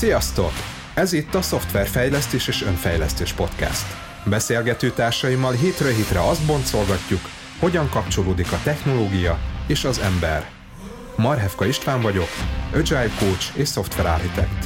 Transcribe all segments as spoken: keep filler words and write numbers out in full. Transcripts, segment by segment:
Sziasztok! Ez itt a Szoftverfejlesztés és Önfejlesztés Podcast. Beszélgető társaimmal hétről hétre azt boncolgatjuk, hogyan kapcsolódik a technológia és az ember. Marhevka István vagyok, Agile Coach és Software Architect.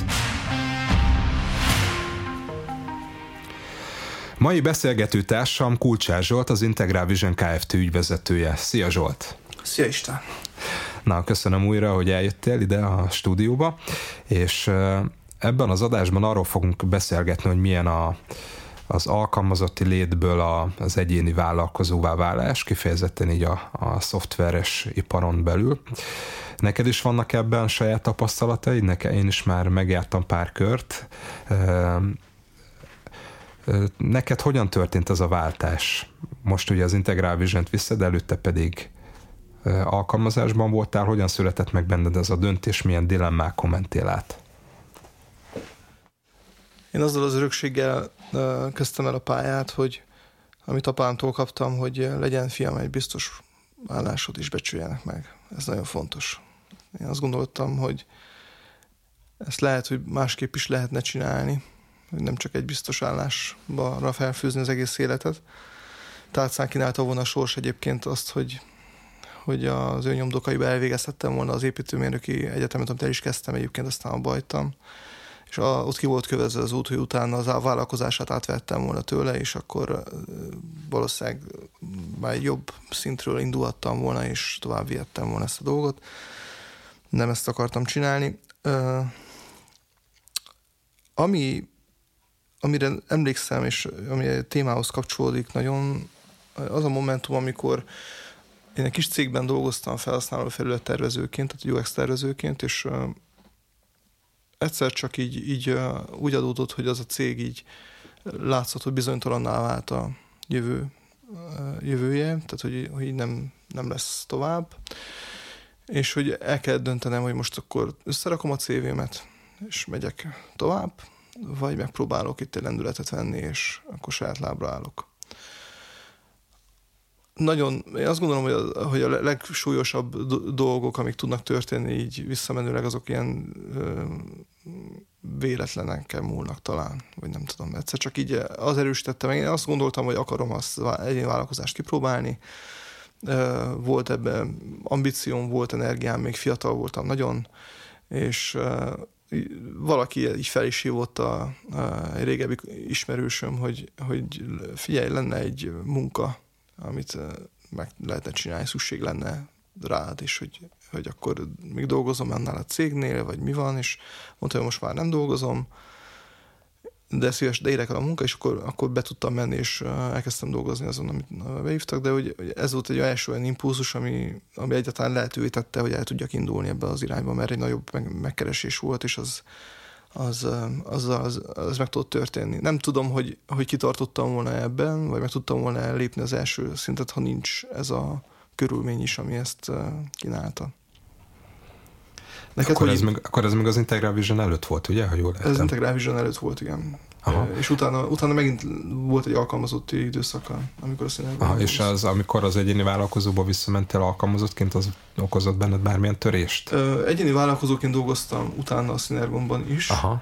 Mai beszélgető társam Kulcsár Zsolt, az Integrál Vision Kft. Ügyvezetője. Szia Zsolt! Szia István! Na, köszönöm újra, hogy eljöttél ide a stúdióba, és ebben az adásban arról fogunk beszélgetni, hogy milyen a, az alkalmazotti létből a, az egyéni vállalkozóvá válás, kifejezetten így a, a szoftveres iparon belül. Neked is vannak ebben saját tapasztalataid? Nekem én is már megjártam pár kört. Neked hogyan történt ez a váltás? Most ugye az Integrál Vision-t viszed, előtte pedig alkalmazásban voltál. Hogyan született meg benned ez a döntés? Milyen dilemmákon mentél át? Én azzal az örökséggel kezdtem el a pályát, hogy amit apámtól kaptam, hogy legyen fiam egy biztos állásod is becsüljenek meg. Ez nagyon fontos. Én azt gondoltam, hogy ezt lehet, hogy másképp is lehetne csinálni, hogy nem csak egy biztos állásba felfűzni az egész életet. Tálcán kínálta volna a sors egyébként azt, hogy, hogy az ő nyomdokaiba elvégezhettem volna az építőmérnöki egyetemet, amit el is kezdtem egyébként, aztán abba hagytam. És a, ott ki volt kövezve az út, hogy utána az vállalkozását átvettem volna tőle, és akkor valószínűleg már egy jobb szintről indulhattam volna, és tovább vihettem volna ezt a dolgot. Nem ezt akartam csinálni. Uh, ami, amire emlékszem, és ami a témához kapcsolódik nagyon, az a momentum, amikor én egy kis cégben dolgoztam felhasználó felület tervezőként, tehát u exi tervezőként, és uh, egyszer csak így, így uh, úgy adódott, hogy az a cég így látszott, hogy bizonytalanná vált a jövő, uh, jövője, tehát hogy, hogy nem, nem lesz tovább, és hogy el kell döntenem, hogy most akkor összerakom a cé vé-met, és megyek tovább, vagy megpróbálok itt egy lendületet venni, és akkor saját lábra állok. Nagyon, én azt gondolom, hogy a, hogy a legsúlyosabb dolgok, amik tudnak történni így visszamenőleg, azok ilyen ö, véletlenekkel múlnak talán, vagy nem tudom. Egyszer csak így az erősítettem meg. Én azt gondoltam, hogy akarom azt egyéni vállalkozást kipróbálni. Ö, volt ebben ambícióm, volt energiám, még fiatal voltam nagyon, és ö, valaki így fel is hívott a, a egy régebbi ismerősöm, hogy, hogy figyelj, lenne egy munka, amit meg lehetne csinálni, szükség lenne rád, és hogy, hogy akkor még dolgozom annál a cégnél, vagy mi van, és mondta, hogy most már nem dolgozom, de szíves, de érek el a munka, és akkor, akkor be tudtam menni, és elkezdtem dolgozni azon, amit behívtak, de hogy ez volt egy első olyan impulzus, ami, ami egyáltalán lehetővé tette, hogy el tudjak indulni ebbe az irányba, mert egy nagyobb meg, megkeresés volt, és az Az, az, az, az meg tudott történni. Nem tudom, hogy, hogy kitartottam volna ebben, vagy meg tudtam volna ellépni az első szintet, ha nincs ez a körülmény is, ami ezt kínálta. Neked, akkor, ez meg, akkor ez még az Integrál Vision előtt volt, ugye? Ha jól értem. Ez az Integrál Vision előtt volt, igen. Aha. És utána, utána megint volt egy alkalmazotti időszaka, amikor azt Aha, és az, amikor az egyéni vállalkozóba visszamentél alkalmazottként, az okozott benned bármilyen törést? Ö, egyéni vállalkozóként dolgoztam utána a Synergonban is. Aha.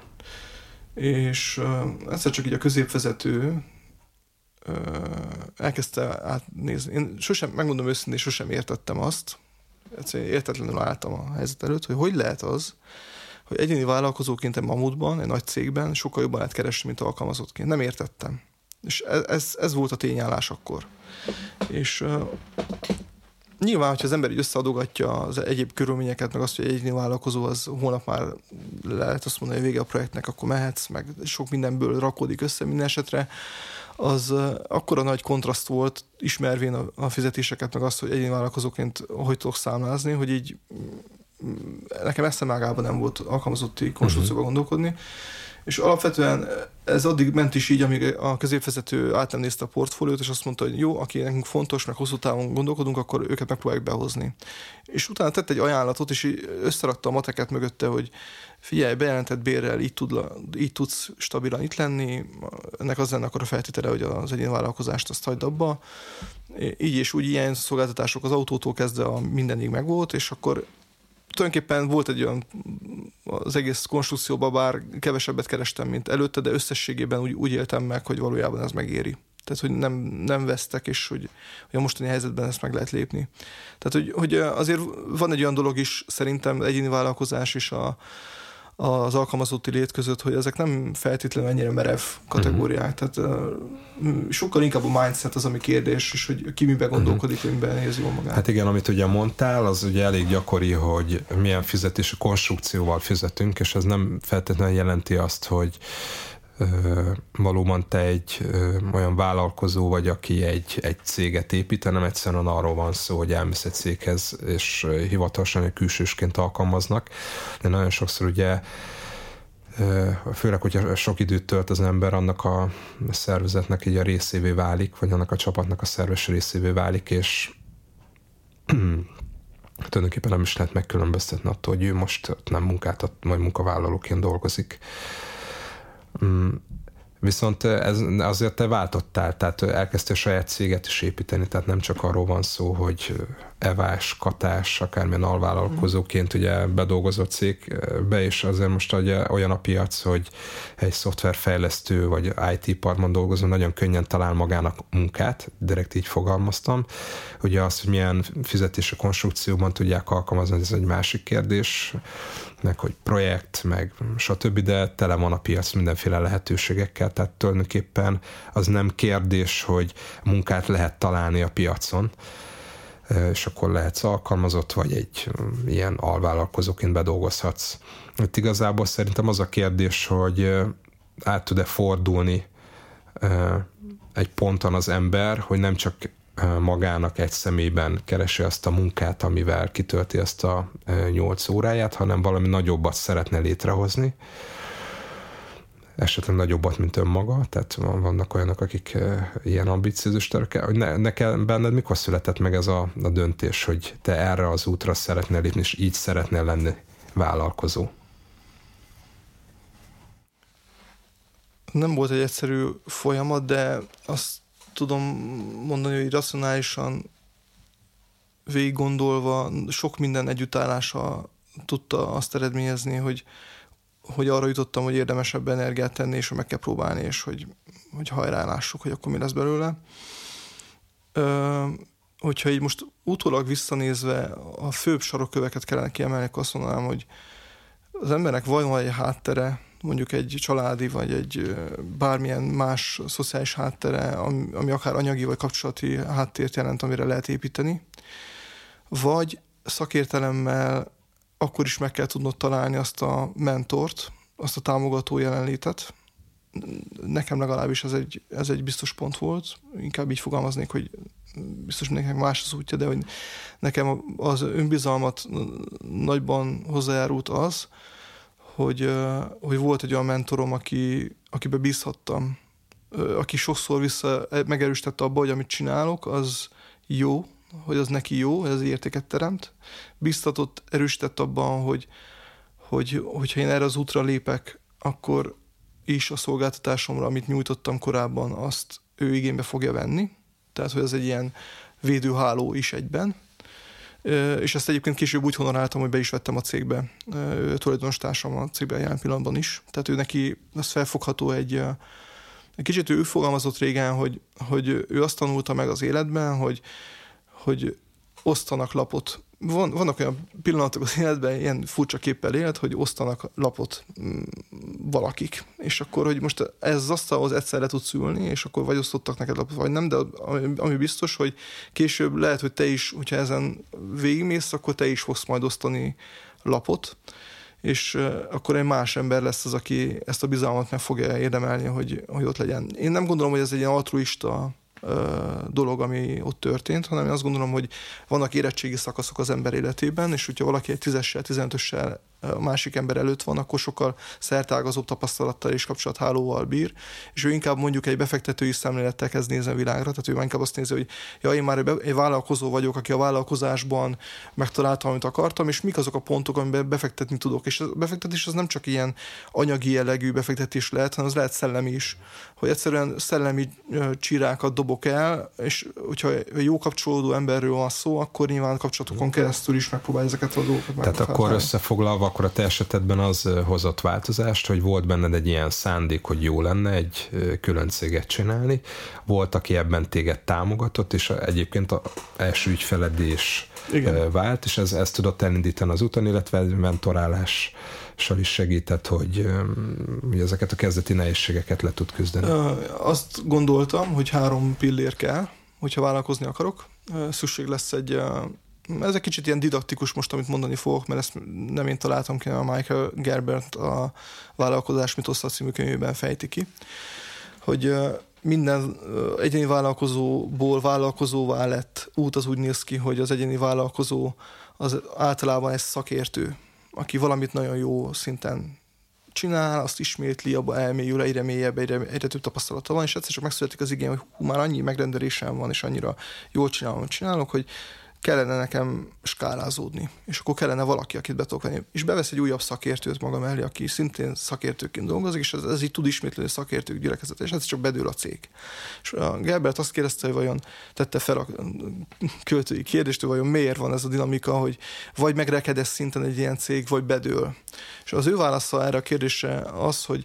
És ö, egyszer csak így a középvezető ö, elkezdte átnézni. Én sosem, megmondom őszintén, sosem értettem azt, egyszerűen értetlenül álltam a helyzet előtt, hogy hogy lehet az, hogy egyéni vállalkozóként egy mamutban, egy nagy cégben sokkal jobban lehet keresni, mint alkalmazottként. Nem értettem. És ez, ez volt a tényállás akkor. És uh, nyilván, hogyha az ember így összeadogatja az egyéb körülményeket, meg azt, hogy egy egyéni vállalkozó az holnap már lehet azt mondani, hogy vége a projektnek, akkor mehetsz, meg sok mindenből rakódik össze minden esetre, az uh, akkora nagy kontraszt volt, ismervén a, a fizetéseket, meg azt, hogy egyéni vállalkozóként hogy tudok számlázni, hogy így nekem eszemágában nem volt alkalmazotti konstrukcióba gondolkodni, és alapvetően ez addig ment is így, amíg a középvezető át nem nézte a portfóliót, és azt mondta, hogy jó, aki nekünk fontos, meg hosszú távon gondolkodunk, akkor őket megpróbáljuk behozni. És utána tett egy ajánlatot, és összerakta a mateket mögötte, hogy figyelj, bejelentett bérrel így, tud, így tudsz stabilan itt lenni, ennek az lenne akkor a feltétele, hogy az egyén vállalkozást azt hagyd abba. Így és úgy ilyen szolgáltatások az autótól kezdve a mindenig megvolt, és akkor tulajdonképpen volt egy olyan az egész konstrukcióban bár kevesebbet kerestem, mint előtte, de összességében úgy, úgy éltem meg, hogy valójában ez megéri. Tehát, hogy nem, nem vesztek, és hogy, hogy a mostani helyzetben ezt meg lehet lépni. Tehát, hogy, hogy azért van egy olyan dolog is, szerintem egyéni vállalkozás is a, az alkalmazotti lét között, hogy ezek nem feltétlenül ennyire merev kategóriák. Uh-huh. Tehát uh, sokkal inkább a mindset az, ami kérdés, és hogy ki miben gondolkodik, uh-huh. hogy miben érzi jól magát. Hát igen, amit ugye mondtál, az ugye elég gyakori, hogy milyen fizetési konstrukcióval fizetünk, és ez nem feltétlenül jelenti azt, hogy Ö, valóban te egy ö, olyan vállalkozó vagy, aki egy, egy céget épít, hanem egyszerűen arról van szó, hogy elmész egy céghez, és ö, hivatalosan egy külsősként alkalmaznak. De nagyon sokszor ugye, ö, főleg, hogyha sok időt tölt az ember, annak a szervezetnek így a részévé válik, vagy annak a csapatnak a szerves részévé válik, és tulajdonképpen nem is lehet megkülönböztetni attól, hogy ő most nem munkáltat, majd munkavállalóként dolgozik. Mm, viszont ez, azért te váltottál, tehát elkezdtél saját céget is építeni, tehát nem csak arról van szó, hogy evás, katás, akármilyen alvállalkozóként ugye bedolgozott cégbe, és azért most ugye olyan a piac, hogy egy szoftverfejlesztő vagy i té-parban dolgozó nagyon könnyen talál magának munkát, direkt így fogalmaztam. Ugye az, hogy milyen fizetési konstrukcióban tudják alkalmazni, ez egy másik kérdés, meg hogy projekt, meg stb., de tele van a piac mindenféle lehetőségekkel, tehát tulajdonképpen az nem kérdés, hogy munkát lehet találni a piacon, és akkor lehetsz alkalmazott, vagy egy ilyen alvállalkozóként bedolgozhatsz. Itt igazából szerintem az a kérdés, hogy át tud-e fordulni egy ponton az ember, hogy nem csak magának egy személyben keresi azt a munkát, amivel kitölti ezt a nyolc óráját, hanem valami nagyobbat szeretne létrehozni, esetleg nagyobbat, mint önmaga, tehát vannak olyanok, akik ilyen ambiciózus törökkel, hogy ne, nekem benned mikor született meg ez a, a döntés, hogy te erre az útra szeretnél lépni, és így szeretnél lenni vállalkozó? Nem volt egy egyszerű folyamat, de azt tudom mondani, hogy racionálisan végig gondolva sok minden együttállása tudta azt eredményezni, hogy hogy arra jutottam, hogy érdemesebb energiát tenni, és hogy meg kell próbálni, és hogy, hogy hajrá lássuk, hogy akkor mi lesz belőle. Ö, hogyha így most utólag visszanézve a főbb sarokköveket kellene kiemelni, akkor azt mondanám, hogy az embernek vajon egy háttere, mondjuk egy családi, vagy egy bármilyen más szociális háttere, ami, ami akár anyagi vagy kapcsolati háttért jelent, amire lehet építeni, vagy szakértelemmel akkor is meg kell tudnod találni azt a mentort, azt a támogató jelenlétet. Nekem legalábbis ez egy, ez egy biztos pont volt. Inkább így fogalmaznék, hogy biztos mindenkinek más az útja, de hogy nekem az önbizalmat nagyban hozzájárult az, hogy, hogy volt egy olyan mentorom, aki, akiben bízhattam, aki sokszor vissza megerősítette abba, hogy amit csinálok, az jó, hogy az neki jó, hogy az értéket teremt. Biztatott, erősített abban, hogy, hogy hogyha én erre az útra lépek, akkor is a szolgáltatásomra, amit nyújtottam korábban, azt ő igénybe fogja venni. Tehát, hogy ez egy ilyen védőháló is egyben. És ezt egyébként később úgy honoráltam, hogy be is vettem a cégbe. Ő tulajdonos társam a cégben jelen pillanatban is. Tehát ő neki ez felfogható egy... Egy kicsit ő fogalmazott régen, hogy, hogy ő azt tanulta meg az életben, hogy hogy osztanak lapot. Van, vannak olyan pillanatok az életben, ilyen furcsa képpel élt, hogy osztanak lapot valakik. És akkor, hogy most ez az asztalhoz egyszerre tudsz ülni, és akkor vagy osztottak neked lapot, vagy nem, de ami, ami biztos, hogy később lehet, hogy te is, hogyha ezen végigmész, akkor te is fogsz majd osztani lapot, és akkor egy más ember lesz az, aki ezt a bizalmat meg fogja érdemelni, hogy, hogy ott legyen. Én nem gondolom, hogy ez egy ilyen altruista dolog, ami ott történt, hanem én azt gondolom, hogy vannak érettségi szakaszok az ember életében, és hogyha valaki egy tízessel, tizenötössel a másik ember előtt van, akkor sokkal szertágazóbb tapasztalattal és kapcsolathálóval bír, és ő inkább mondjuk egy befektetői szemlélettel kezd nézni a világra, tehát ő inkább azt nézi, hogy ja, én már egy vállalkozó vagyok, aki a vállalkozásban megtaláltam, amit akartam, és mik azok a pontok, amiben befektetni tudok. És a befektetés az nem csak ilyen anyagi jellegű befektetés lehet, hanem az lehet szellemi is, hogy egyszerűen szellemi csirákat dobok el, és hogyha jó kapcsolódó emberről van szó, akkor nyilván kapcsolatokon keresztül is megpróbálja ezeket a dolgokat. Tehát akkor összefoglalva akkor a te esetedben az hozott változást, hogy volt benned egy ilyen szándék, hogy jó lenne egy külön céget csinálni. Volt, aki ebben téged támogatott, és egyébként az első ügyfeled is Igen. vált, és ez, ezt tudott elindítani az úton, illetve mentorálással is segített, hogy, hogy ezeket a kezdeti nehézségeket le tud küzdeni. Azt gondoltam, hogy három pillér kell, hogyha vállalkozni akarok. Szükség lesz egy, ez egy kicsit ilyen didaktikus most, amit mondani fogok, mert ezt nem én találtam ki, a Michael Gerbert a Vállalkozás mitosza című könyvében fejti ki, hogy minden egyéni vállalkozóból vállalkozóvá lett út az úgy néz ki, hogy az egyéni vállalkozó az általában egy szakértő, aki valamit nagyon jó szinten csinál, azt ismétli, abba elmélyül, egyre mélyebb, egyre, egyre több tapasztalata van, és egyszer csak megszületik az igény, hogy hú, már annyi megrendelésem van, és annyira jól csinálom, csinálok, hogy kellene nekem skálázódni, és akkor kellene valaki, akit be tudok venni. És bevesz egy újabb szakértőt maga mellé, aki szintén szakértőként dolgozik, és ez, ez így tud ismétlődni szakértők gyülekezete, és ez csak bedől a cég. És a Gerbert azt kérdezte, hogy vajon tette fel a költői kérdést, hogy vajon miért van ez a dinamika, hogy vagy megrekedesz szinten egy ilyen cég, vagy bedől. És az ő válasza erre a kérdésre az, hogy,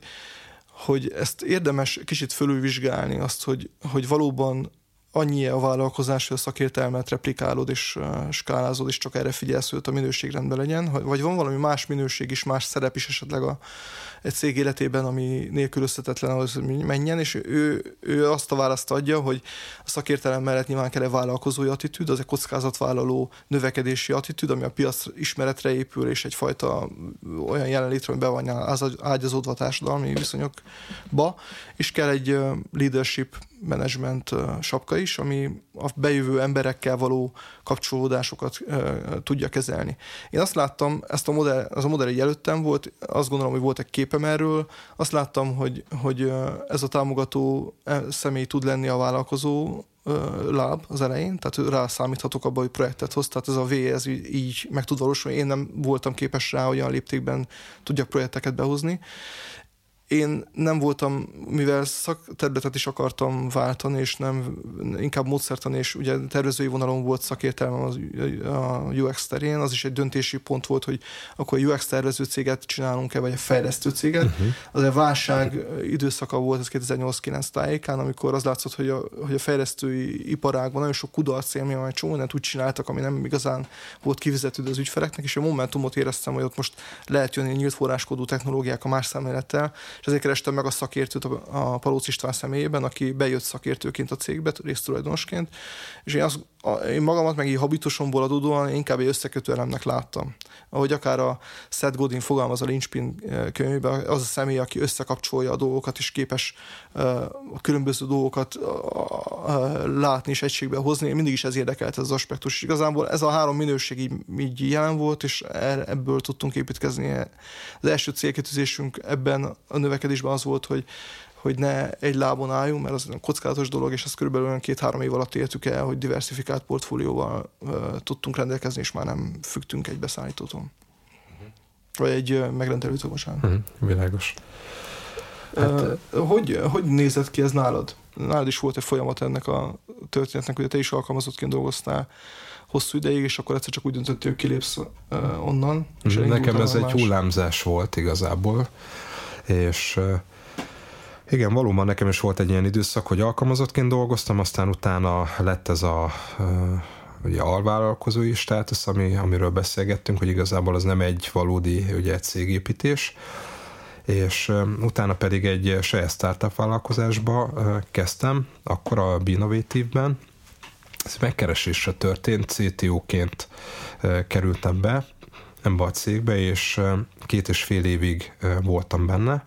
hogy ezt érdemes kicsit fölülvizsgálni, azt, hogy, hogy valóban annyi a vállalkozás, hogy a szakértelmet replikálod és skálázod, és csak erre figyelsz, hogy a minőség rendben legyen, vagy van valami más minőség is, más szerep is esetleg a, egy cég életében, ami nélkülözhetetlen, az menjen, és ő, ő azt a választ adja, hogy a szakértelem mellett nyilván kell egy vállalkozói attitűd, az egy kockázatvállaló növekedési attitűd, ami a piac ismeretre épül, és egyfajta olyan jelenlétre, hogy be van ágyazódva a társadalmi viszonyokba, és kell egy leadership management sapka is, ami a bejövő emberekkel való kapcsolódásokat uh, tudja kezelni. Én azt láttam, ezt a modell, az a modell így előttem volt, azt gondolom, hogy volt egy képem erről, azt láttam, hogy, hogy uh, ez a támogató személy tud lenni a vállalkozó uh, láb az elején, tehát rá számíthatok abba, hogy projektet hoz, tehát ez a vé, ez így, így meg tud valósulni. Én nem voltam képes rá, hogy olyan léptékben tudjak projekteket behozni. Én nem voltam, mivel szakterületet is akartam váltani, és nem inkább módszertani, és ugye tervezői vonalon volt szakértelmem az, a u exi terén, az is egy döntési pont volt, hogy akkor a u exi tervező céget csinálunk-e, vagy a fejlesztő céget. Uh-huh. Az egy válság időszaka volt, ez kétezer-nyolc kilenc tájékán, amikor az látszott, hogy a, hogy a fejlesztői iparágban nagyon sok kudarc élmény, amely csomó mindent úgy csináltak, ami nem igazán volt kifizetődő az ügyfeleknek, és a momentumot éreztem, hogy ott most lehet jönni nyílt forráskodú technológiák a más szemlélettel, és ezért kerestem meg a szakértőt a Palóc István személyében, aki bejött szakértőként a cégbe, résztulajdonosként, és én, az, a, én magamat meg így habitusomból adódóan inkább egy összekötő elemnek láttam. Ahogy akár a Seth Godin fogalmaz a Linchpin könyvében, az a személy, aki összekapcsolja a dolgokat, és képes a különböző dolgokat látni és egységbe hozni. Én mindig is ez érdekelt, ez az aspektus. És igazából ez a három minőség így, így jelen volt, és ebből tudtunk építkezni. Az első célkitűzésünk ebben a növekedésben az volt, hogy hogy ne egy lábon álljunk, mert az egy kockázatos dolog, és ezt körülbelül olyan két-három év alatt éltük el, hogy diversifikált portfólióval uh, tudtunk rendelkezni, és már nem függtünk egy beszállítótól. Uh-huh. Vagy egy uh, megrendelőtől, bocsánat. Uh-huh. Világos. Hát, uh, hogy, hogy nézett ki ez nálad? Nálad is volt egy folyamat ennek a történetnek, hogy te is alkalmazottként dolgoztál hosszú ideig, és akkor egyszer csak úgy döntöttél, hogy kilépsz uh, onnan. És nekem ez egy hullámzás volt igazából, és uh, igen, valóban nekem is volt egy ilyen időszak, hogy alkalmazottként dolgoztam, aztán utána lett ez a ugye, alvállalkozói státusz, ami, amiről beszélgettünk, hogy igazából az nem egy valódi ugye, egy cégépítés, és utána pedig egy saját startup vállalkozásba kezdtem, akkor a Binovative-ben. Ez megkeresésre történt, cé té ó-ként kerültem be ebbe a cégbe, és két és fél évig voltam benne,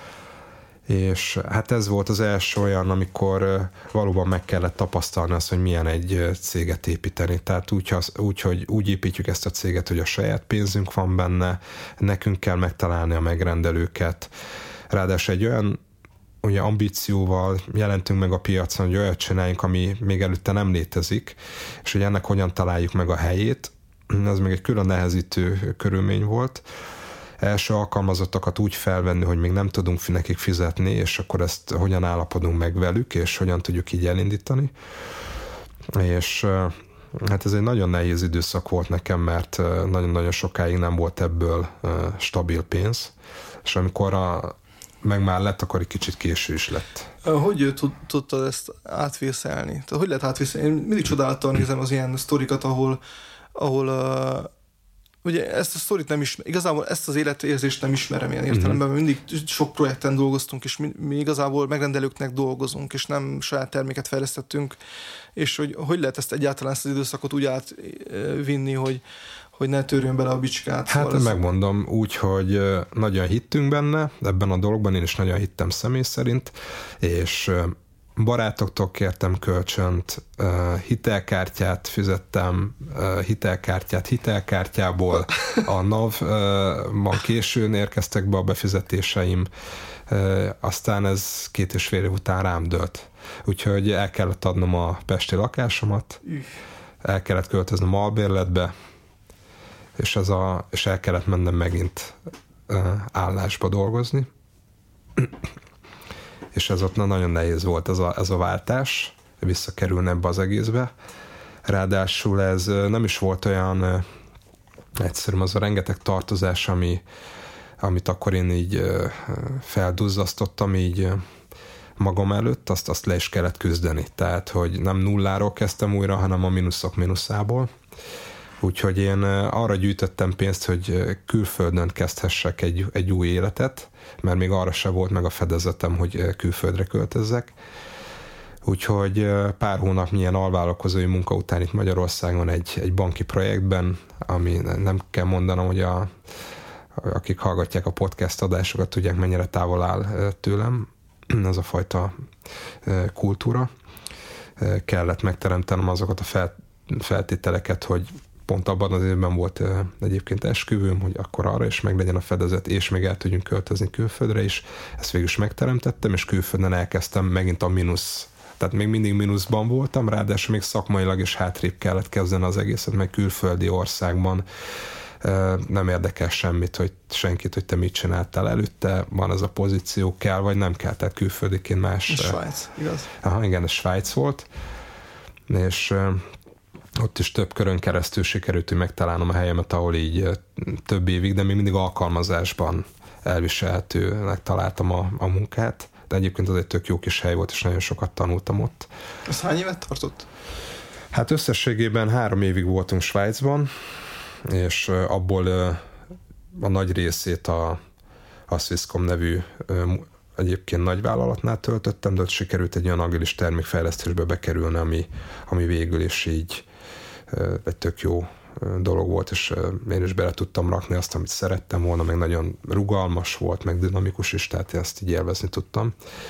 és hát ez volt az első olyan, amikor valóban meg kellett tapasztalni azt, hogy milyen egy céget építeni. Tehát úgy, úgy, hogy úgy építjük ezt a céget, hogy a saját pénzünk van benne, nekünk kell megtalálni a megrendelőket. Ráadásul egy olyan ugye ambícióval jelentünk meg a piacon, hogy olyat csináljunk, ami még előtte nem létezik, és hogy ennek hogyan találjuk meg a helyét, ez még egy külön nehezítő körülmény volt. Első alkalmazottakat úgy felvenni, hogy még nem tudunk nekik fizetni, és akkor ezt hogyan állapodunk meg velük, és hogyan tudjuk így elindítani. És Hát ez egy nagyon nehéz időszak volt nekem, mert nagyon-nagyon sokáig nem volt ebből stabil pénz, és amikor a, meg már lett, akkor egy kicsit késő is lett. Hogy tudtad ezt átvészelni? Tehát hogy lehet átvészelni? Én mindig csodálattal nézem az ilyen sztorikat, ahol, ahol uh, ugye ezt a sztorit nem ismer, igazából ezt az életérzést nem ismerem ilyen értelemben, mert mindig sok projekten dolgoztunk, és mi, mi igazából megrendelőknek dolgozunk, és nem saját terméket fejlesztettünk, és hogy, hogy lehet ezt egyáltalán ezt az időszakot úgy átvinni, hogy, hogy ne törjön bele a bicskát. Hát szóval megmondom úgy, hogy nagyon hittünk benne, ebben a dologban én is nagyon hittem személy szerint, és barátoktól kértem kölcsönt, hitelkártyát fizettem, hitelkártyát hitelkártyából, a NAV-ban későn érkeztek be a befizetéseim, aztán ez két és fél év után rám dőlt. Úgyhogy el kellett adnom a pesti lakásomat, el kellett költöznem albérletbe, és, ez a, és el kellett mennem megint állásba dolgozni. És ez ott nagyon nehéz volt ez a, ez a váltás, visszakerülni ebbe az egészbe. Ráadásul ez nem is volt olyan egyszerűen az a rengeteg tartozás, ami, amit akkor én így felduzzasztottam így magam előtt, azt, azt le is kellett küzdeni. Tehát, hogy nem nulláról kezdtem újra, hanem a mínuszok mínuszából. Úgyhogy én arra gyűjtöttem pénzt, hogy külföldön kezdhessek egy, egy új életet, mert még arra se volt meg a fedezetem, hogy külföldre költözzek. Úgyhogy pár hónap milyen alvállalkozói munka után itt Magyarországon egy, egy banki projektben, ami nem kell mondanom, hogy a, akik hallgatják a podcast adásokat, tudják, mennyire távol áll tőlem ez a fajta kultúra. Kellett megteremtenem azokat a feltételeket, hogy pont abban az évben volt egyébként esküvőm, hogy akkor arra is meg legyen a fedezet, és még el tudjunk költözni külföldre is. Ezt végül is megteremtettem, és külföldön elkezdtem megint a mínusz. Tehát még mindig mínuszban voltam, ráadásul még szakmailag is hátrébb kellett kezdeni az egészet, meg külföldi országban nem érdekel semmit, hogy senkit, hogy te mit csináltál előtte, van az a pozíció, kell vagy nem kell, tehát külföldiként más. A Svájc, igaz? Aha, igen, a Svájc volt, és ott is több körön keresztül sikerült, hogy megtalálnom a helyemet, ahol így több évig, de még mindig alkalmazásban elviselhetőnek találtam a, a munkát. De egyébként az egy tök jó kis hely volt, és nagyon sokat tanultam ott. Ez hány évet tartott? Hát összességében három évig voltunk Svájcban, és abból a nagy részét a, a Swisscom nevű egyébként nagyvállalatnál töltöttem, de ott sikerült egy olyan agilis termékfejlesztésbe bekerülni, ami, ami végül is így egy tök jó dolog volt, és én is bele tudtam rakni azt, amit szerettem volna, meg nagyon rugalmas volt, meg dinamikus is, tehát ezt így élvezni tudtam.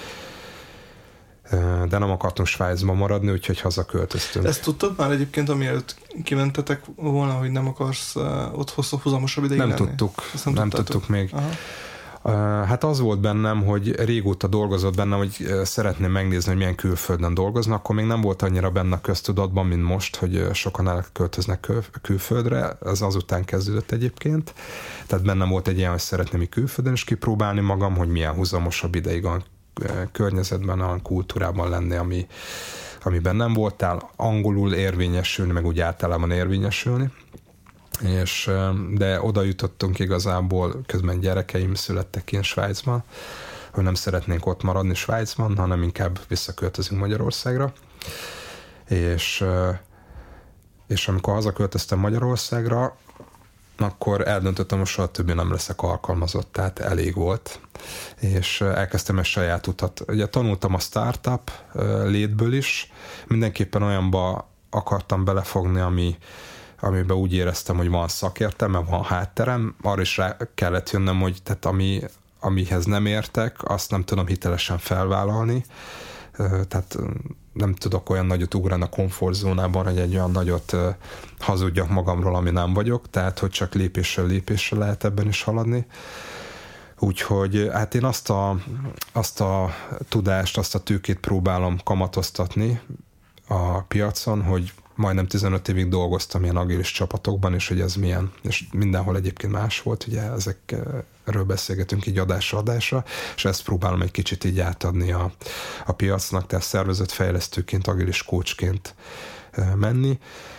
De nem akartunk Svájcban maradni, úgyhogy hazaköltöztünk. Ezt tudtad már egyébként, amielőtt kimentetek volna, hogy nem akarsz ott hosszabb ideig nem lenni? Tudtuk, nem, nem tudtuk még. Aha. Hát az volt bennem, hogy régóta dolgozott bennem, hogy szeretném megnézni, hogy milyen külföldön dolgoznak, akkor még nem volt annyira benne a köztudatban, mint most, hogy sokan elköltöznek külföldre, ez azután kezdődött egyébként. Tehát bennem volt egy ilyen, hogy szeretném így külföldön is kipróbálni magam, hogy milyen húzamosabb ideig a környezetben, a kultúrában lenni, ami, amiben nem voltál, angolul érvényesülni, meg úgy általában érvényesülni. És, de oda jutottunk igazából, közben gyerekeim születtek én Svájcban, hogy nem szeretnénk ott maradni Svájcban, hanem inkább visszaköltözünk Magyarországra. És, és amikor hazaköltöztem Magyarországra, akkor eldöntöttem, hogy soha többé nem leszek alkalmazott, tehát elég volt. És elkezdtem egy saját utat. Ugye tanultam a startup létből is, mindenképpen olyanba akartam belefogni, ami amiben úgy éreztem, hogy van szakértelme, van hátterem, arra is rá kellett jönnöm, hogy tehát ami, amihez nem értek, azt nem tudom hitelesen felvállalni, tehát nem tudok olyan nagyot ugrani a komfortzónában, hogy egy olyan nagyot hazudjak magamról, ami nem vagyok, tehát hogy csak lépésről lépésre lehet ebben is haladni. Úgyhogy hát én azt a, azt a tudást, azt a tőkét próbálom kamatoztatni a piacon, hogy majdnem tizenöt évig dolgoztam ilyen agilis csapatokban, és hogy ez milyen, és mindenhol egyébként más volt, ugye ezekről beszélgetünk így adásra adásra, és ezt próbálom egy kicsit így átadni a, a piacnak, tehát szervezetfejlesztőként, agilis coachként menni.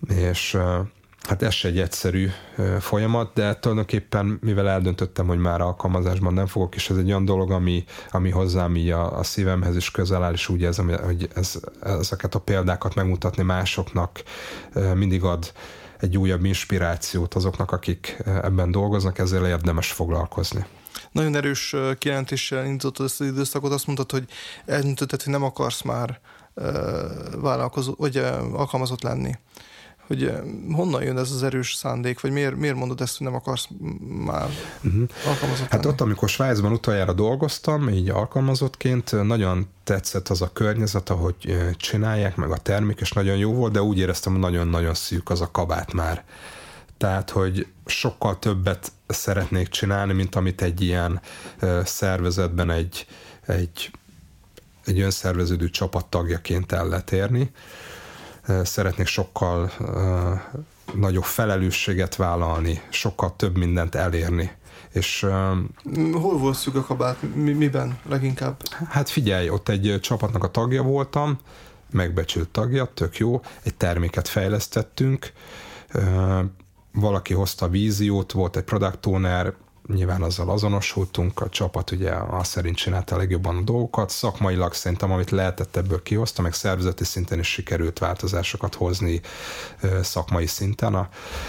és hát ez se egy egyszerű folyamat, de tulajdonképpen mivel eldöntöttem, hogy már alkalmazásban nem fogok, és ez egy olyan dolog, ami, ami hozzám így a, a szívemhez is közel áll, és úgy érzem, hogy ez, ezeket a példákat megmutatni másoknak mindig ad egy újabb inspirációt azoknak, akik ebben dolgoznak, ezzel érdemes foglalkozni. Nagyon erős kijelentéssel indítottad ezt az időszakot, azt mondtad, hogy eldöntötted, hogy nem akarsz már vállalkozó, vagy alkalmazott lenni. Hogy honnan jön ez az erős szándék, vagy miért, miért mondod ezt, hogy nem akarsz már uh-huh. alkalmazott Hát lenni? Ott, amikor Svájcban utoljára dolgoztam, így alkalmazottként, nagyon tetszett az a környezet, ahogy csinálják, meg a termék, és nagyon jó volt, de úgy éreztem, hogy nagyon-nagyon szűk az a kabát már. Tehát, hogy sokkal többet szeretnék csinálni, mint amit egy ilyen szervezetben egy, egy, egy önszerveződő csapat tagjaként el lehet érni. Szeretnék sokkal uh, nagyobb felelősséget vállalni, sokkal több mindent elérni. És, uh, Hol volt szűk a kabát? Mi, miben leginkább? Hát figyelj, ott egy csapatnak a tagja voltam, megbecsült tagja, tök jó, egy terméket fejlesztettünk, uh, valaki hozta a víziót, volt egy product owner, nyilván azzal azonosultunk, a csapat ugye azt szerint csinálta a legjobban a dolgokat, szakmailag szerintem, amit lehetett ebből kihozta, meg szervezeti szinten is sikerült változásokat hozni szakmai szinten,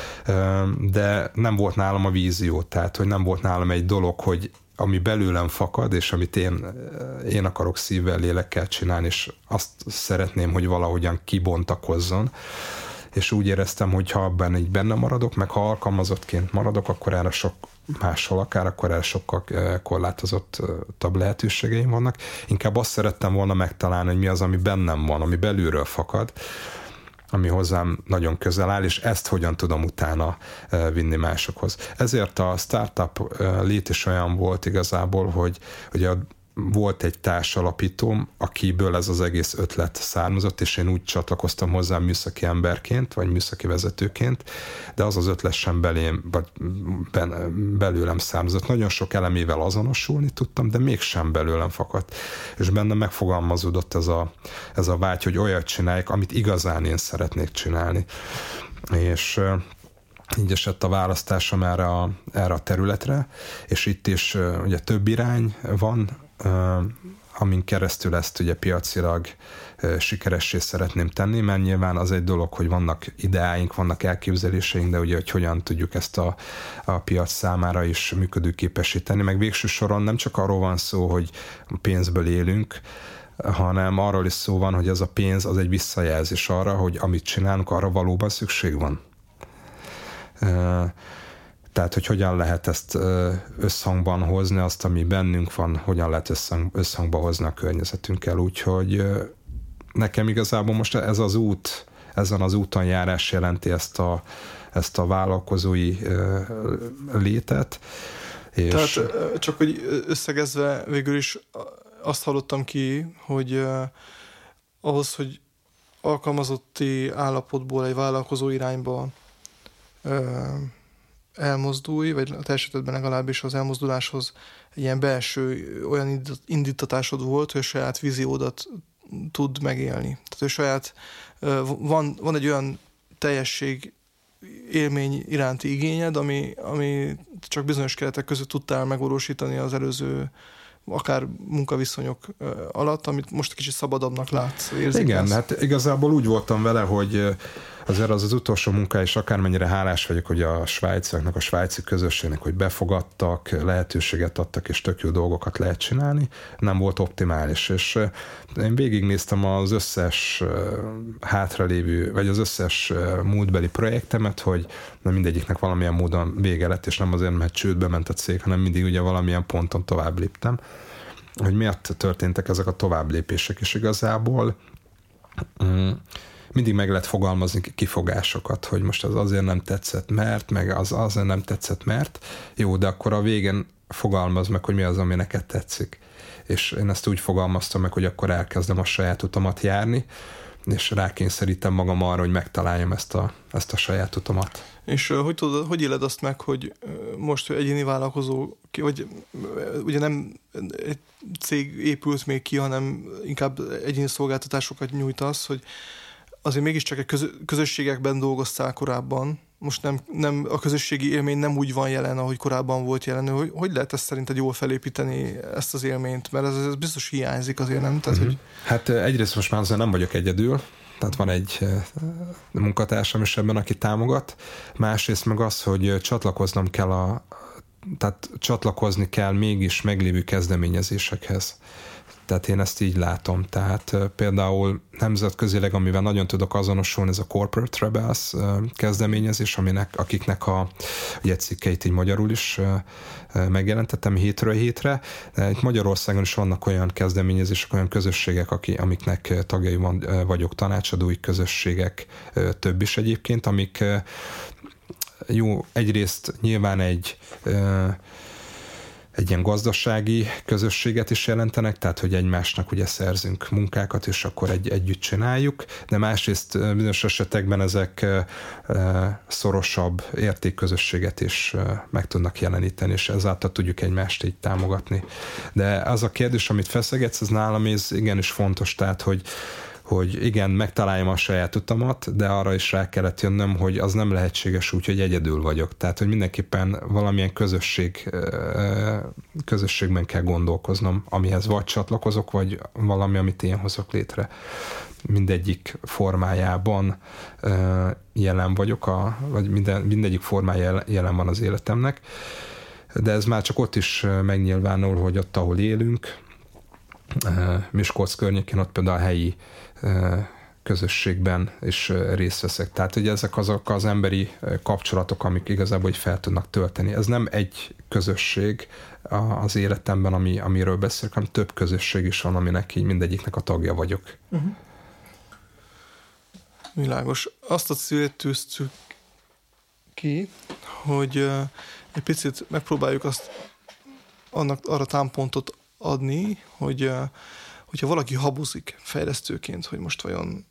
de nem volt nálam a vízió, tehát hogy nem volt nálam egy dolog, hogy ami belőlem fakad, és amit én, én akarok szívvel, lélekkel csinálni, és azt szeretném, hogy valahogyan kibontakozzon, és úgy éreztem, hogy ha abban így benne maradok, meg ha alkalmazottként maradok, akkor erre sok máshol akár, akkor erre sokkal korlátozottabb lehetőségeim vannak. Inkább azt szerettem volna megtalálni, hogy mi az, ami bennem van, ami belülről fakad, ami hozzám nagyon közel áll, és ezt hogyan tudom utána vinni másokhoz. Ezért a startup lét is olyan volt igazából, hogy, hogy a volt egy társalapítóm, akiből ez az egész ötlet származott, és én úgy csatlakoztam hozzá műszaki emberként, vagy műszaki vezetőként, de az az ötlet sem belém, vagy ben, belőlem származott. Nagyon sok elemével azonosulni tudtam, de mégsem belőlem fakadt. És bennem megfogalmazódott ez a, ez a vágy, hogy olyat csinálják, amit igazán én szeretnék csinálni. És így esett a választásom erre a, erre a területre, és itt is ugye több irány van, amin keresztül ezt ugye piacilag sikeressé szeretném tenni, mert nyilván az egy dolog, hogy vannak ideáink, vannak elképzeléseink, de ugye, hogy hogyan tudjuk ezt a, a piac számára is működőképesíteni, meg végső soron nem csak arról van szó, hogy pénzből élünk, hanem arról is szó van, hogy ez a pénz az egy visszajelzés arra, hogy amit csinálunk, arra valóban szükség van. Tehát, hogy hogyan lehet ezt összhangban hozni, azt, ami bennünk van, hogyan lehet összhang, összhangba hozni a környezetünkkel. Úgyhogy nekem igazából most ez az út, ezen az úton járás jelenti ezt a, ezt a vállalkozói létet. És tehát csak, hogy összegezve végül is azt hallottam ki, hogy ahhoz, hogy alkalmazotti állapotból egy vállalkozó irányba elmozdulj, vagy a te esetedben legalábbis az elmozduláshoz egy ilyen belső olyan indítatásod volt, hogy a saját víziódat tud megélni. Tehát, hogy saját, van, van egy olyan teljesség élmény iránti igényed, ami, ami csak bizonyos keretek között tudtál megvalósítani az előző akár munkaviszonyok alatt, amit most kicsit szabadabbnak látsz. Igen, hát igazából úgy voltam vele, hogy azért az az utolsó munka, és akármennyire hálás vagyok, hogy a svájciaknak, a svájci közösségnek, hogy befogadtak, lehetőséget adtak, és tök jó dolgokat lehet csinálni, nem volt optimális. És én végignéztem az összes hátralévő, vagy az összes múltbeli projektemet, hogy nem mindegyiknek valamilyen módon vége lett, és nem azért, mert csődbe ment a cég, hanem mindig ugye valamilyen ponton tovább léptem. Hogy miért történtek ezek a tovább lépések, és igazából mindig meg lehet fogalmazni kifogásokat, hogy most az azért nem tetszett, mert, meg az azért nem tetszett, mert. Jó, de akkor a végén fogalmaz meg, hogy mi az, ami neked tetszik. És én ezt úgy fogalmaztam meg, hogy akkor elkezdem a saját utamat járni, és rákényszerítem magam arra, hogy megtaláljam ezt a, ezt a saját utamat. És uh, hogy tudod, hogy éled azt meg, hogy uh, most egyéni vállalkozó, vagy uh, ugye nem egy cég épült még ki, hanem inkább egyéni szolgáltatásokat nyújtasz, hogy azért mégiscsak egy közö, közösségekben dolgoztál korábban, most nem, nem, a közösségi élmény nem úgy van jelen, ahogy korábban volt jelen. Hogy, hogy lehet ezt szerinted jól felépíteni, ezt az élményt? Mert ez, ez biztos hiányzik azért, nem? Tehát, uh-huh. hogy... Hát egyrészt most már azért nem vagyok egyedül, tehát van egy munkatársam is ebben, aki támogat. Másrészt meg az, hogy csatlakoznom kell a, tehát csatlakozni kell mégis meglévő kezdeményezésekhez. Tehát én ezt így látom. Tehát például nemzetközileg, amivel nagyon tudok azonosulni, ez a Corporate Rebels kezdeményezés, aminek, akiknek a jegycikkeit így magyarul is megjelentettem hétről hétre. De itt Magyarországon is vannak olyan kezdeményezések, olyan közösségek, aki, amiknek tagjai van, vagyok, tanácsadói közösségek, több is egyébként, amik jó, egyrészt nyilván egy egy ilyen gazdasági közösséget is jelentenek, tehát hogy egymásnak ugye szerzünk munkákat, és akkor egy, együtt csináljuk, de másrészt bizonyos esetekben ezek szorosabb értékközösséget is meg tudnak jeleníteni, és ezáltal tudjuk egymást így támogatni. De az a kérdés, amit feszegetsz, az nálam ez igenis fontos, tehát hogy hogy igen, megtaláljam a saját utamat, de arra is rá kellett jönnöm, hogy az nem lehetséges úgy, hogy egyedül vagyok. Tehát, hogy mindenképpen valamilyen közösség, közösségben kell gondolkoznom, amihez vagy csatlakozok, vagy valami, amit én hozok létre. Mindegyik formájában jelen vagyok, a, vagy minden, mindegyik formája jelen van az életemnek, de ez már csak ott is megnyilvánul, hogy ott, ahol élünk, Miskolc környékén, ott például a helyi közösségben is részt veszek. Tehát, hogy ezek azok az emberi kapcsolatok, amik igazából így fel tudnak tölteni. Ez nem egy közösség az életemben, ami, amiről beszélek, hanem több közösség is van, aminek így mindegyiknek a tagja vagyok. Uh-huh. Világos. Azt a célt tűztük ki, hogy egy picit megpróbáljuk azt annak, arra támpontot adni, hogy hogyha valaki habuzik fejlesztőként, hogy most vajon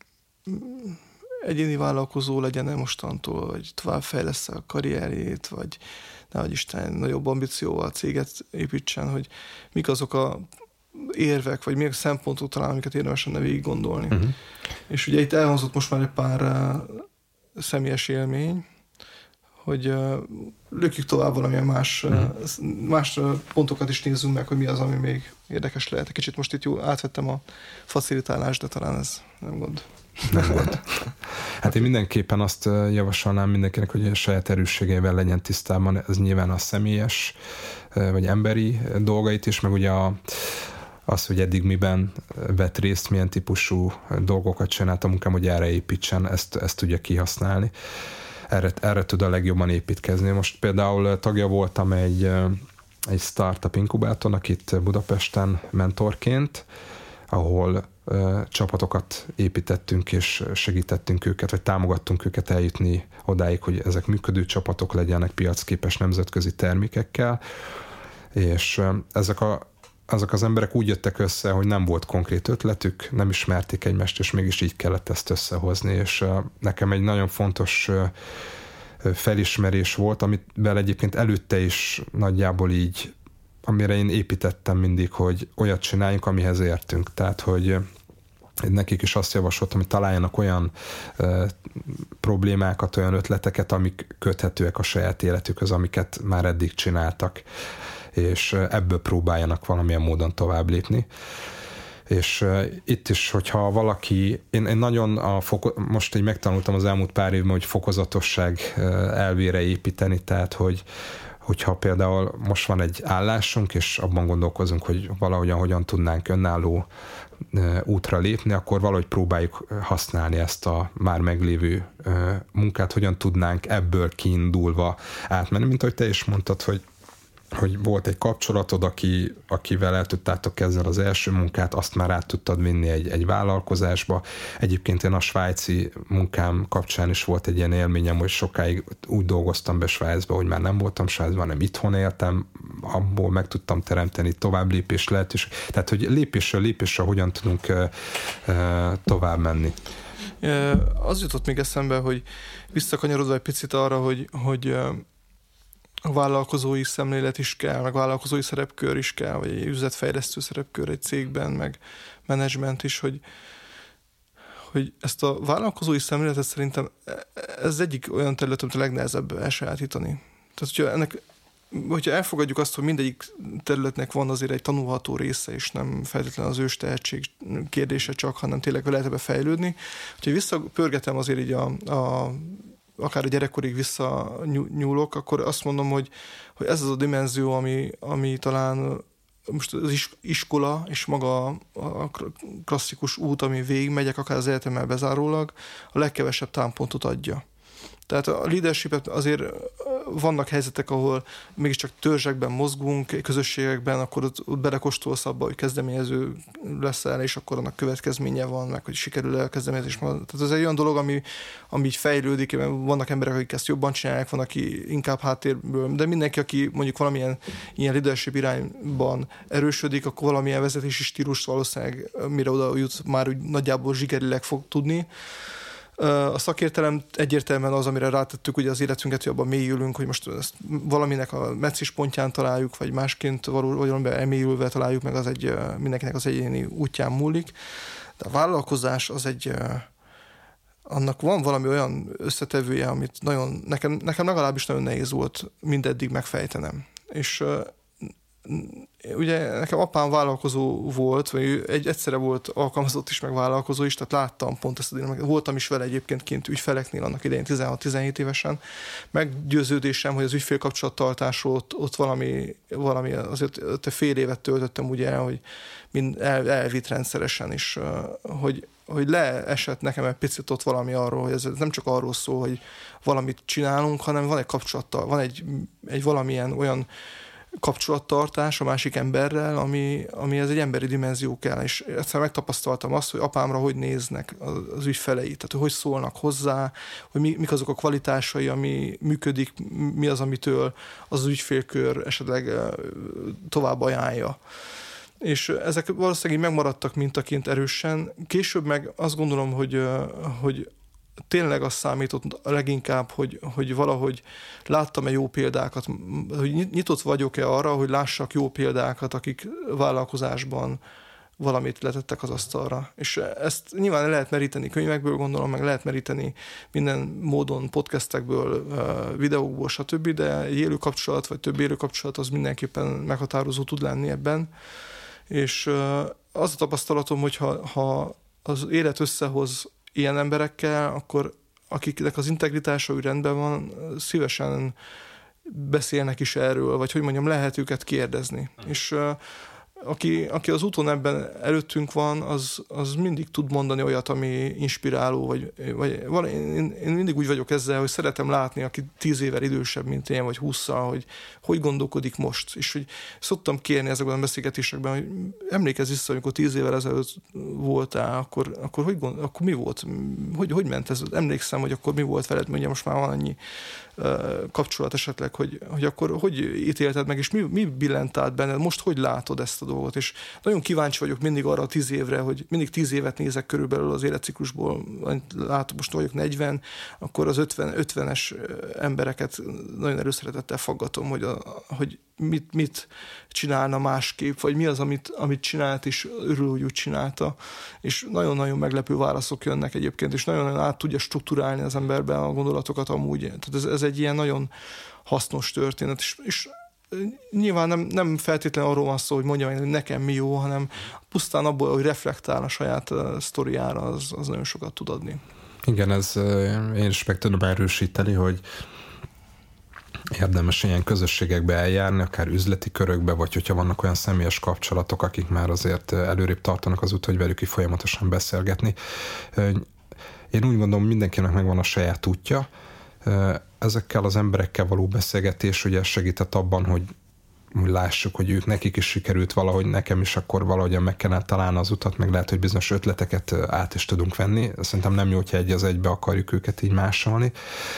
egyéni vállalkozó legyen-e mostantól, vagy tovább fejlesz-e a karrierjét, vagy nehogy Isten nagyobb ambícióval céget építsen, hogy mik azok a érvek, vagy még szempontok talán, amiket érdemes lenne végig gondolni. Uh-huh. És ugye itt elhangzott most már egy pár uh, személyes élmény, hogy uh, lökjük tovább valamilyen más, uh, más uh, pontokat is nézzünk meg, hogy mi az, ami még érdekes lehet. Kicsit most itt jó átvettem a facilitálást, de talán ez nem gond. Nem gond. Hát én mindenképpen azt javasolnám mindenkinek, hogy a saját erősségeivel legyen tisztában. Ez nyilván a személyes vagy emberi dolgait is, meg ugye a, az, hogy eddig miben vett részt, milyen típusú dolgokat csinált a munkám, hogy erre építsen, ezt, ezt tudja kihasználni. Erre, erre tud a legjobban építkezni. Most például tagja voltam egy, egy startup inkubátornak itt Budapesten mentorként, ahol uh, csapatokat építettünk és segítettünk őket, vagy támogattunk őket eljutni odáig, hogy ezek működő csapatok legyenek piacképes nemzetközi termékekkel, és uh, ezek a azok az emberek úgy jöttek össze, hogy nem volt konkrét ötletük, nem ismerték egymást, és mégis így kellett ezt összehozni, és uh, nekem egy nagyon fontos uh, felismerés volt, amivel egyébként előtte is nagyjából így, amire én építettem mindig, hogy olyat csináljunk, amihez értünk. Tehát, hogy nekik is azt javasoltam, hogy találjanak olyan uh, problémákat, olyan ötleteket, amik köthetőek a saját életükhöz, amiket már eddig csináltak, és ebből próbáljanak valamilyen módon tovább lépni. És uh, itt is, hogyha valaki, én, én nagyon a foko, most így megtanultam az elmúlt pár évben, hogy fokozatosság uh, elvére építeni, tehát, hogy hogyha például most van egy állásunk, és abban gondolkozunk, hogy valahogyan hogyan tudnánk önálló uh, útra lépni, akkor valahogy próbáljuk használni ezt a már meglévő uh, munkát, hogyan tudnánk ebből kiindulva átmenni, mint ahogy te is mondtad, hogy hogy volt egy kapcsolatod, aki, akivel el tudtátok kezdeni az első munkát, azt már át tudtad vinni egy, egy vállalkozásba. Egyébként én a svájci munkám kapcsán is volt egy ilyen élményem, hogy sokáig úgy dolgoztam be Svájcba, hogy már nem voltam Svájcban, hanem itthon éltem, abból meg tudtam teremteni tovább lépés lehetőség. Tehát, hogy lépésről lépésre hogyan tudunk uh, uh, tovább menni. Az jutott még eszembe, hogy visszakanyarodva egy picit arra, hogy, hogy a vállalkozói szemlélet is kell, meg vállalkozói szerepkör is kell, vagy egy üzletfejlesztő szerepkör egy cégben, meg menedzsment is, hogy, hogy ezt a vállalkozói szemléletet szerintem ez egyik olyan terület, amit a legnehezebb elsajátítani. Tehát, hogyha ennek hogyha elfogadjuk azt, hogy mindegyik területnek van azért egy tanulható része, és nem feltétlenül az ős tehetség kérdése csak, hanem tényleg lehet ebbe fejlődni. Hogyha visszapörgetem azért így a, a akár a gyerekkorig visszanyúlok, akkor azt mondom, hogy, hogy ez az a dimenzió, ami, ami talán most az iskola és maga a klasszikus út, ami végigmegyek, akár az egyetemmel bezárólag, a legkevesebb támpontot adja. Tehát a leadershipet azért vannak helyzetek, ahol mégiscsak törzsekben mozgunk, közösségekben, akkor ott, ott belekóstolsz abba, hogy kezdeményező leszel, és akkor annak következménye van, meg hogy sikerül el a kezdeményezés. Tehát ez egy olyan dolog, ami, ami így fejlődik, mert vannak emberek, akik ezt jobban csinálják, van, aki inkább háttérből, de mindenki, aki mondjuk valamilyen ilyen leadership irányban erősödik, akkor valamilyen vezetési stílust valószínűleg, mire oda jut, már úgy nagyjából zsigerileg fog tudni. A szakértelem egyértelműen az, amire rátettük ugye az életünket, hogy abban mélyülünk, hogy most ezt valaminek a meccsis pontján találjuk, vagy másként való, vagy valamiben elmélyülve találjuk, meg az egy, mindenkinek az egyéni útján múlik. De a vállalkozás az egy, annak van valami olyan összetevője, amit nagyon, nekem, nekem legalábbis nagyon nehéz volt mindeddig megfejtenem. És ugye nekem apám vállalkozó volt, vagy egy, egyszerre volt alkalmazott is, meg vállalkozó is, tehát láttam pont ezt a dinamikát. Voltam is vele egyébként kint ügyfeleknél annak idején tizenhat-tizenhét évesen. Meggyőződésem, hogy az ügyfélkapcsolattartásról ott, ott valami, valami, azért fél évet töltöttem ugye el, hogy mind el, elvitt rendszeresen is, hogy, hogy leesett nekem egy picit ott valami arról, hogy ez nem csak arról szól, hogy valamit csinálunk, hanem van egy kapcsolattal, van egy, egy valamilyen olyan kapcsolattartás a másik emberrel, ami, ami ez egy emberi dimenzió kell, és egyszer megtapasztaltam azt, hogy apámra hogy néznek az ügyfelei, tehát hogy, hogy szólnak hozzá, hogy mi, mik azok a kvalitásai, ami működik, mi az, amitől az ügyfélkör esetleg tovább ajánlja. És ezek valószínűleg megmaradtak mintaként erősen. Később meg azt gondolom, hogy, hogy tényleg az számított leginkább, hogy, hogy valahogy láttam-e jó példákat, hogy nyitott vagyok-e arra, hogy lássak jó példákat, akik vállalkozásban valamit letettek az asztalra. És ezt nyilván lehet meríteni könyvekből, gondolom, meg lehet meríteni minden módon podcastekből, videókból, stb., de egy élő kapcsolat, vagy több élő kapcsolat az mindenképpen meghatározó tud lenni ebben. És az a tapasztalatom, hogy ha, ha az élet összehoz ilyen emberekkel, akkor akiknek az integritása úgy rendben van, szívesen beszélnek is erről, vagy hogy mondjam, lehet őket kérdezni. Mm. És uh, aki, aki az úton ebben előttünk van, az, az mindig tud mondani olyat, ami inspiráló, vagy, vagy van, én, én mindig úgy vagyok ezzel, hogy szeretem látni, aki tíz évvel idősebb, mint én, vagy hússzal, hogy hogy gondolkodik most. És hogy szoktam kérni ezekben a beszélgetésekben, hogy emlékezz vissza, amikor tíz évvel ezelőtt voltál, akkor, akkor, hogy gond, akkor mi volt? Hogy, hogy ment ez? Emlékszem, hogy akkor mi volt veled, mondja, most már van annyi kapcsolat esetleg, hogy, hogy akkor hogy ítélted meg, és mi, mi billent át benned, most hogy látod ezt a dolgot, és nagyon kíváncsi vagyok mindig arra a tíz évre, hogy mindig tíz évet nézek körülbelül az életciklusból, látom, most vagyok negyven, akkor az ötven, ötvenes embereket nagyon erőszeretettel faggatom, hogy, a, hogy mit, mit csinálna másképp, vagy mi az, amit, amit csinált, és örül, hogy úgy csinálta, és nagyon-nagyon meglepő válaszok jönnek egyébként, és nagyon-nagyon át tudja strukturálni az emberben a gondolatokat amúgy. Tehát ez, ez egy ilyen nagyon hasznos történet, és, és nyilván nem, nem feltétlenül arról van szó, hogy mondjam, hogy nekem mi jó, hanem pusztán abból, hogy reflektál a saját sztoriára, az, az nagyon sokat tud adni. Igen, ez én is meg tudom erősíteni, hogy érdemes ilyen közösségekbe eljárni, akár üzleti körökbe, vagy hogyha vannak olyan személyes kapcsolatok, akik már azért előrébb tartanak az út, hogy velük folyamatosan beszélgetni. Én úgy gondolom, mindenkinek megvan a saját útja. Ezekkel az emberekkel való beszélgetés ugye segített abban, hogy úgy lássuk, hogy ők nekik is sikerült valahogy, nekem is akkor valahogyan meg kellene találni az utat, meg lehet, hogy bizonyos ötleteket át is tudunk venni. Szerintem nem jó, hogyha egy az egybe akarjuk őket így másolni.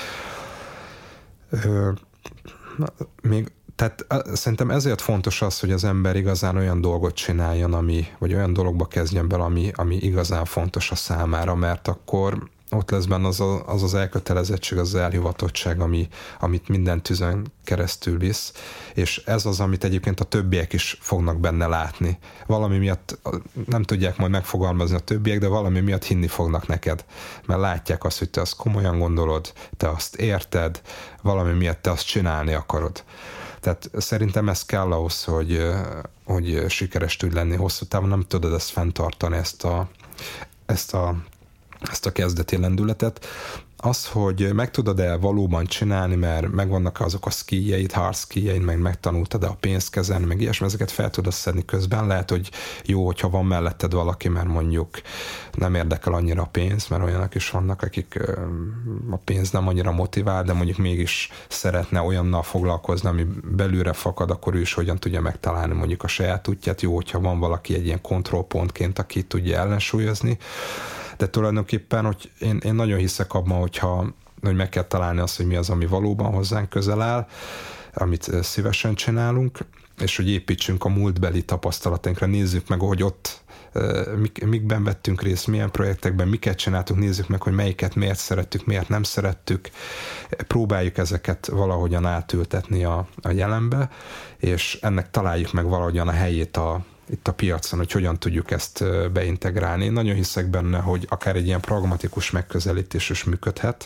Még, tehát szerintem ezért fontos az, hogy az ember igazán olyan dolgot csináljon, ami, vagy olyan dologba kezdjen bele, ami, ami igazán fontos a számára, mert akkor ott lesz benne az a, az, az elkötelezettség, az elhivatottság, ami, amit minden tüzön keresztül visz, és ez az, amit egyébként a többiek is fognak benne látni. Valami miatt nem tudják majd megfogalmazni a többiek, de valami miatt hinni fognak neked, mert látják azt, hogy te azt komolyan gondolod, te azt érted, valami miatt te azt csinálni akarod. Tehát szerintem ez kell ahhoz, hogy, hogy sikeres tudj lenni hosszú távon, nem tudod ezt fenntartani, ezt a, ezt a, ezt a kezdeti lendületet. Az, hogy meg tudod-e valóban csinálni, mert megvannak azok a skilljeid, hard skilljeid, meg megtanultad-e a pénzt kezelni, meg ilyesmi, ezeket fel tudod szedni közben. Lehet, hogy jó, hogyha van melletted valaki, mert mondjuk nem érdekel annyira a pénz, mert olyanok is vannak, akik a pénz nem annyira motivál, de mondjuk mégis szeretne olyannal foglalkozni, ami belülre fakad, akkor ő is hogyan tudja megtalálni mondjuk a saját útját. Jó, hogyha van valaki egy ilyen kontrollpontként, aki tudja ellensúlyozni. De tulajdonképpen, hogy én, én nagyon hiszek abban, hogyha, hogy meg kell találni azt, hogy mi az, ami valóban hozzánk közel áll, amit szívesen csinálunk, és hogy építsünk a múltbeli tapasztalatainkra, nézzük meg, hogy ott mik, mikben vettünk részt, milyen projektekben, miket csináltuk, nézzük meg, hogy melyiket miért szerettük, miért nem szerettük, próbáljuk ezeket valahogyan átültetni a, a jelenbe, és ennek találjuk meg valahogyan a helyét a itt a piacon, hogy hogyan tudjuk ezt beintegrálni. Én nagyon hiszek benne, hogy akár egy ilyen pragmatikus megközelítés is működhet,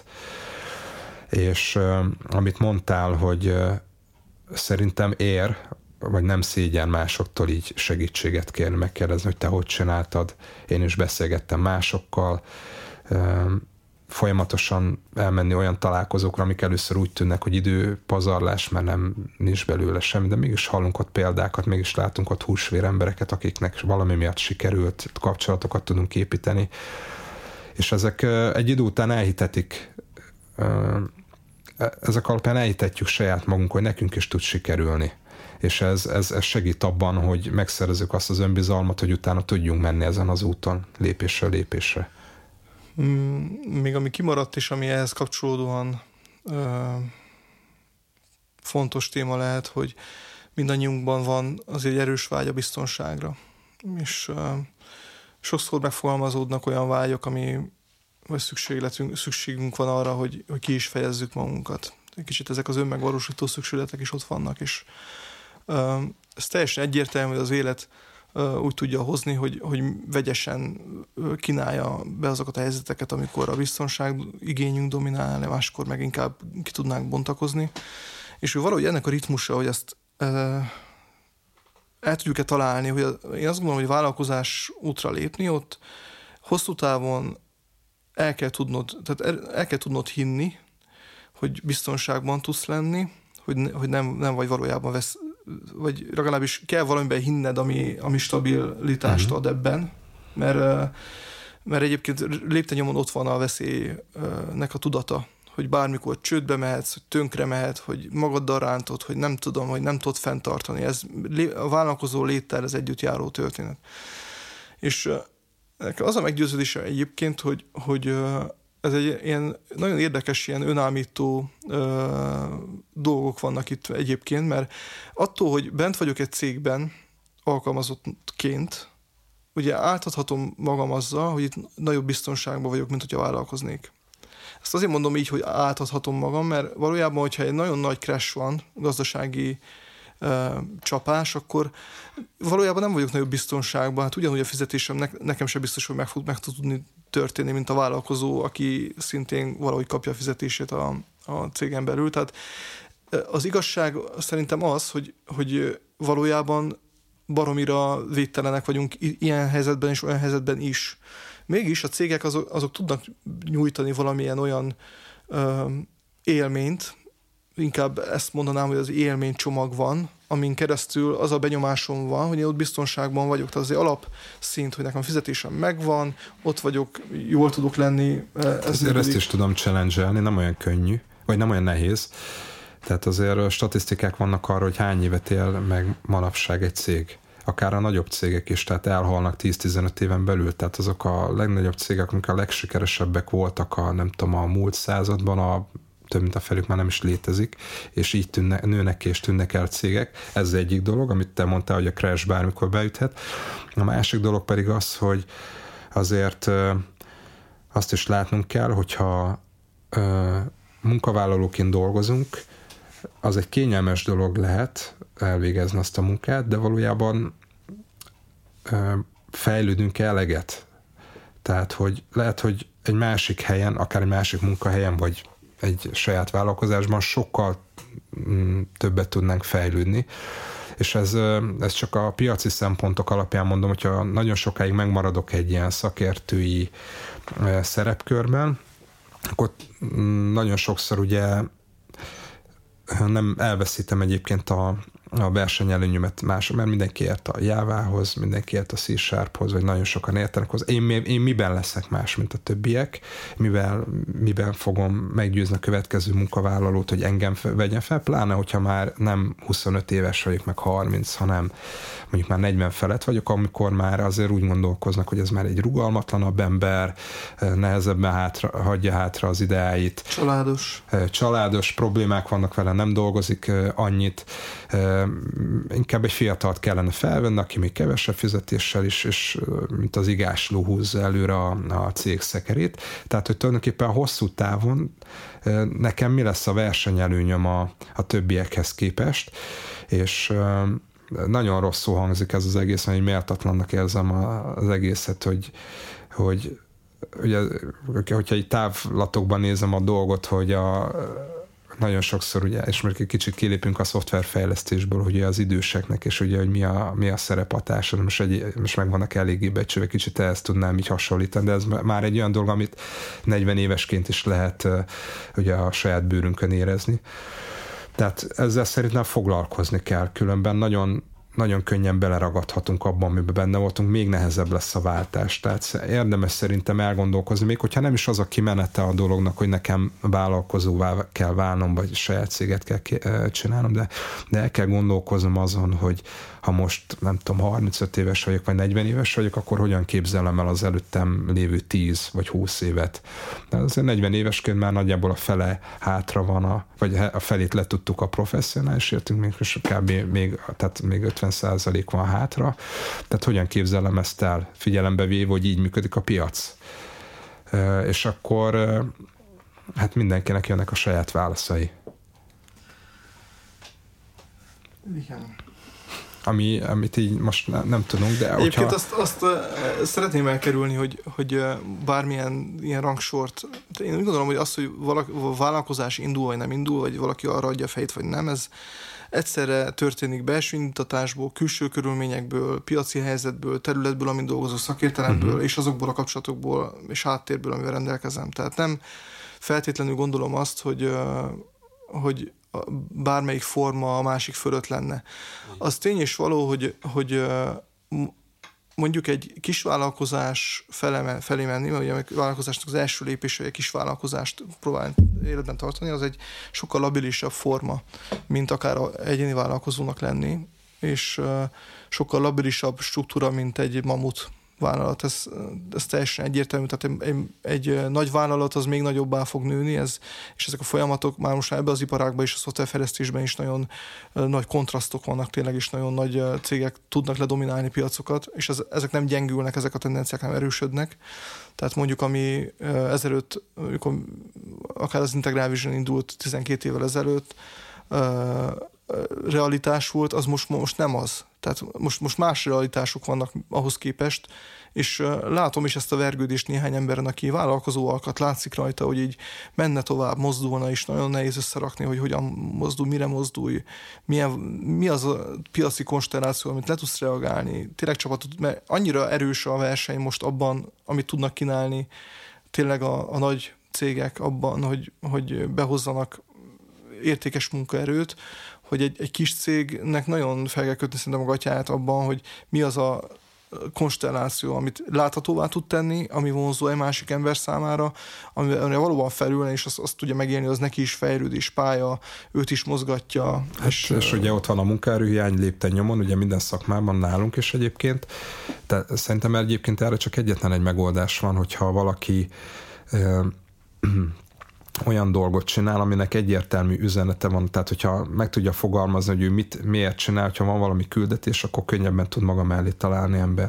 és uh, amit mondtál, hogy uh, szerintem ér, vagy nem szégyen másoktól így segítséget kérni, megkérdezni, hogy te hogy csináltad. Én is beszélgettem másokkal, uh, folyamatosan elmenni olyan találkozókra, amik először úgy tűnnek, hogy időpazarlás, mert nem nincs belőle semmi, de mégis hallunk ott példákat, mégis látunk ott húsvér embereket, akiknek valami miatt sikerült, kapcsolatokat tudunk építeni, és ezek egy idő után elhitetik, ezek alapján elhitetjük saját magunk, hogy nekünk is tud sikerülni. És ez, ez, ez segít abban, hogy megszerezzük azt az önbizalmat, hogy utána tudjunk menni ezen az úton, lépésről lépésre. Még ami kimaradt, és ami ehhez kapcsolódóan ö, fontos téma lehet, hogy mindannyiunkban van azért egy erős vágy a biztonságra. És ö, sokszor megfogalmazódnak olyan vágyok, ami vagy szükségletünk, szükségünk van arra, hogy, hogy ki is fejezzük magunkat. Egy kicsit ezek az önmegvalósító szükségletek is ott vannak, és ö, ez teljesen egyértelmű, hogy az élet úgy tudja hozni, hogy, hogy vegyesen kínálja be azokat a helyzeteket, amikor a biztonság igényünk dominál, máskor meg inkább ki tudnánk bontakozni. És valahogy ennek a ritmusa, hogy ezt e, el tudjuk-e találni, hogy én azt gondolom, hogy vállalkozás útra lépni, ott hosszú távon el kell tudnod, tehát el kell tudnod hinni, hogy biztonságban tudsz lenni, hogy, hogy nem, nem vagy valójában vesz, vagy legalábbis kell valamiben hinned, ami, ami stabilitást ad ebben, mert, mert egyébként lépten ott van a veszélynek a tudata, hogy bármikor csődbe mehetsz, hogy tönkre mehet, hogy magaddal rántod, hogy nem tudom, hogy nem tudod fenntartani. Ez a vállalkozó léttel ez együtt járó történet. És az a meggyőződése egyébként, hogy, hogy ez egy ilyen nagyon érdekes, ilyen önállító ö, dolgok vannak itt egyébként, mert attól, hogy bent vagyok egy cégben alkalmazottként, ugye átadhatom magam azzal, hogy itt nagyobb biztonságban vagyok, mint hogyha vállalkoznék. Ezt azért mondom így, hogy átadhatom magam, mert valójában, hogyha egy nagyon nagy crash van, gazdasági ö, csapás, akkor valójában nem vagyok nagyobb biztonságban. Hát ugyanúgy a fizetésem ne, nekem sem biztos, hogy meg, meg tud tudni történni, mint a vállalkozó, aki szintén valahogy kapja a fizetését a, a cégen belül. Tehát az igazság szerintem az, hogy, hogy valójában baromira védtelenek vagyunk ilyen helyzetben és olyan helyzetben is. Mégis a cégek azok, azok tudnak nyújtani valamilyen olyan ö, élményt, inkább ezt mondanám, hogy az élménycsomag van, amin keresztül az a benyomásom van, hogy én ott biztonságban vagyok. Tehát az egy alapszint, hogy nekem fizetésem megvan, ott vagyok, jól tudok lenni. Ez azért ezt is tudom challenge-elni, nem olyan könnyű, vagy nem olyan nehéz. Tehát azért statisztikák vannak arra, hogy hány évet él meg manapság egy cég. Akár a nagyobb cégek is, tehát elhalnak tíz-tizenöt éven belül. Tehát azok a legnagyobb cégek, amik a legsikeresebbek voltak a, nem tudom, a múlt században, a több mint a felük már nem is létezik, és így tűnne, nőnek és tűnnek el cégek. Ez az egyik dolog, amit te mondtál, hogy a crash bármikor beüthet. A másik dolog pedig az, hogy azért azt is látnunk kell, hogyha ö, munkavállalóként dolgozunk, az egy kényelmes dolog lehet elvégezni azt a munkát, de valójában ö, fejlődünk eleget. Tehát, hogy lehet, hogy egy másik helyen, akár egy másik munkahelyen, vagy egy saját vállalkozásban sokkal mm, többet tudnánk fejlődni. És ez, ez csak a piaci szempontok alapján mondom, hogyha nagyon sokáig megmaradok egy ilyen szakértői szerepkörben, akkor nagyon sokszor ugye nem elveszítem egyébként a, a versenyelőnyömet más, mert mindenki ért a Jávához, mindenki ért a C-Sharphoz, vagy nagyon sokan értenek hozzá. Én, én miben leszek más, mint a többiek? Mivel, miben fogom meggyőzni a következő munkavállalót, hogy engem vegyen fel? Pláne, hogyha már nem huszonöt éves vagyok, meg harminc, hanem mondjuk már negyven felett vagyok, amikor már azért úgy gondolkoznak, hogy ez már egy rugalmatlanabb ember, nehezebben hátra, hagyja hátra az ideáit. Családos. Családos problémák vannak vele, nem dolgozik annyit. Inkább egy fiatalt kellene felvenni, aki még kevesebb fizetéssel is, és mint az igásló húzza előre a, a cég szekerét. Tehát, hogy tulajdonképpen hosszú távon nekem mi lesz a versenyelőnyöm a, a többiekhez képest, és nagyon rosszul hangzik ez az egész, mert méltatlannak érzem az egészet, hogy, hogy ugye, hogyha egy távlatokban nézem a dolgot, hogy a nagyon sokszor, ugye, és most egy kicsit kilépünk a szoftverfejlesztésből, hogy az időseknek, és ugye, hogy mi a, mi a szerepatása, most, egy, most meg vannak eléggé becsülve, kicsit ehhez tudnám így hasonlítani, de ez már egy olyan dolog, amit negyven évesként is lehet ugye a saját bőrünkön érezni. Tehát ezzel szerintem foglalkozni kell, különben nagyon nagyon könnyen beleragadhatunk abban, amiben benne voltunk, még nehezebb lesz a váltás. Tehát érdemes szerintem elgondolkozni, még hogyha nem is az a kimenete a dolognak, hogy nekem vállalkozóvá kell válnom, vagy saját céget kell csinálnom, de, de el kell gondolkoznom azon, hogy ha most, nem tudom, harmincöt éves vagyok, vagy negyven éves vagyok, akkor hogyan képzelem el az előttem lévő tíz vagy húsz évet. De azért negyven évesként már nagyjából a fele hátra van, a, vagy a felét letudtuk a professzionális értünk, még, kb. még, tehát még ötven százalék van hátra. Tehát hogyan képzelem ezt el, figyelembe véve, hogy így működik a piac. És akkor hát mindenkinek jönnek a saját válaszai. Igen. Ami, amit így most ne, nem tudunk, de egyébként hogyha... azt, azt uh, szeretném elkerülni, hogy, hogy uh, bármilyen ilyen rangsort, én úgy gondolom, hogy az, hogy valaki, vállalkozás indul, vagy nem indul, vagy valaki arra adja a fejét, vagy nem, ez egyszerre történik belső indítatásból, külső körülményekből, piaci helyzetből, területből, amin dolgozó szakértelemből, uh-huh. és azokból a kapcsolatokból és háttérből, amivel rendelkezem. Tehát nem feltétlenül gondolom azt, hogy, uh, hogy bármelyik forma a másik fölött lenne. Az tény és való, hogy, hogy mondjuk egy kisvállalkozás fele, felé menni, mert ugye a vállalkozásnak az első lépése, hogy egy kisvállalkozást próbálni életben tartani, az egy sokkal labilisabb forma, mint akár egyéni vállalkozónak lenni, és sokkal labilisabb struktúra, mint egy mamut vállalat, ez, ez teljesen egyértelmű, tehát egy, egy, egy nagy vállalat az még nagyobbá fog nőni, ez, és ezek a folyamatok már most ebben az iparágban és a szoftverfejlesztésben is nagyon nagy kontrasztok vannak tényleg, és nagyon nagy cégek tudnak ledominálni piacokat, és ez, ezek nem gyengülnek, ezek a tendenciák nem erősödnek. Tehát mondjuk, ami ezelőtt, amikor akár az Integral Vision indult tizenkét évvel ezelőtt, realitás volt, az most, most nem az. Tehát most, most más realitások vannak ahhoz képest, és látom is ezt a vergődést néhány emberen, aki vállalkozó alkat, látszik rajta, hogy így menne tovább, mozdulna, és nagyon nehéz összerakni, hogy hogyan mozdul, mire mozdulj, milyen, mi az a piaci konstelláció, amit le tudsz reagálni. Tényleg csapatot, mert annyira erős a verseny most abban, amit tudnak kínálni tényleg a, a nagy cégek abban, hogy, hogy behozzanak értékes munkaerőt, hogy egy, egy kis cégnek nagyon fel kell kötni szerintem a gatyáját abban, hogy mi az a konstelláció, amit láthatóvá tud tenni, ami vonzó egy másik ember számára, amire valóban felülne, és azt, azt tudja megélni, az neki is fejlődés pálya, őt is mozgatja. Hát, és, és ugye ott van a munkaerőhiány lépten nyomon, ugye minden szakmában nálunk is egyébként, de szerintem egyébként erre csak egyetlen egy megoldás van, hogyha valaki ö, olyan dolgot csinál, aminek egyértelmű üzenete van, tehát hogyha meg tudja fogalmazni, hogy ő mit, miért csinál, hogyha van valami küldetés, akkor könnyebben tud maga mellé találni embert.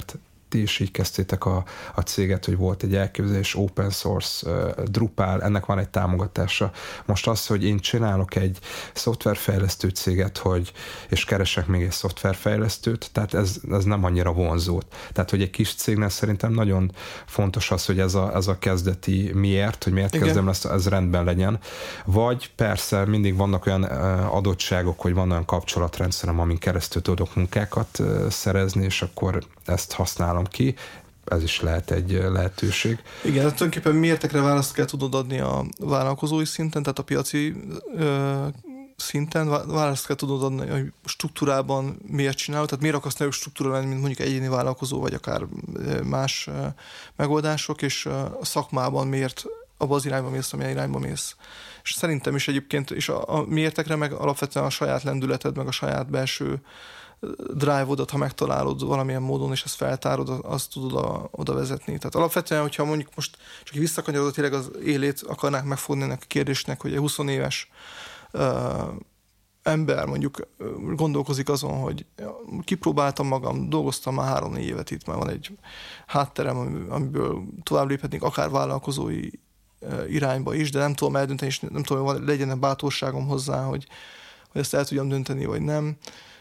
ti is így kezdtétek a, a céget, hogy volt egy elképzelés, open source, uh, Drupal, ennek van egy támogatása. Most az, hogy én csinálok egy szoftverfejlesztő céget, hogy, és keresek még egy szoftverfejlesztőt, tehát ez, ez nem annyira vonzó. Tehát, hogy egy kis cégnél szerintem nagyon fontos az, hogy ez a, ez a kezdeti miért, hogy miért Igen. kezdem ezt, ez rendben legyen. Vagy persze mindig vannak olyan uh, adottságok, hogy van olyan kapcsolatrendszerem, amin keresztül tudok munkákat uh, szerezni, és akkor ezt használom ki. Ez is lehet egy lehetőség. Igen, tehát tulajdonképpen miértekre választ kell tudod adni a vállalkozói szinten, tehát a piaci ö, szinten választ kell tudod adni, hogy struktúrában miért csinálod, tehát miért akarsz nagyobb struktúra lenni, mint mondjuk egyéni vállalkozó, vagy akár más ö, megoldások, és ö, a szakmában miért abba az irányba mész, amilyen irányba mész. És szerintem is egyébként, és a, a miértekre meg alapvetően a saját lendületed, meg a saját belső drive-odat, ha megtalálod valamilyen módon, és ezt feltárod, azt tudod oda, oda vezetni. Tehát alapvetően, hogyha mondjuk most csak visszakanyarodott tényleg az élét akarnák megfogni ennek a kérdésnek, hogy egy húsz éves uh, ember mondjuk gondolkozik azon, hogy kipróbáltam magam, dolgoztam már három-négy évet itt, már van egy hátterem, amiből tovább léphetnék akár vállalkozói uh, irányba is, de nem tudom eldönteni, és nem tudom, hogy legyen-e bátorságom hozzá, hogy, hogy ezt el tudjam dönteni, vagy nem.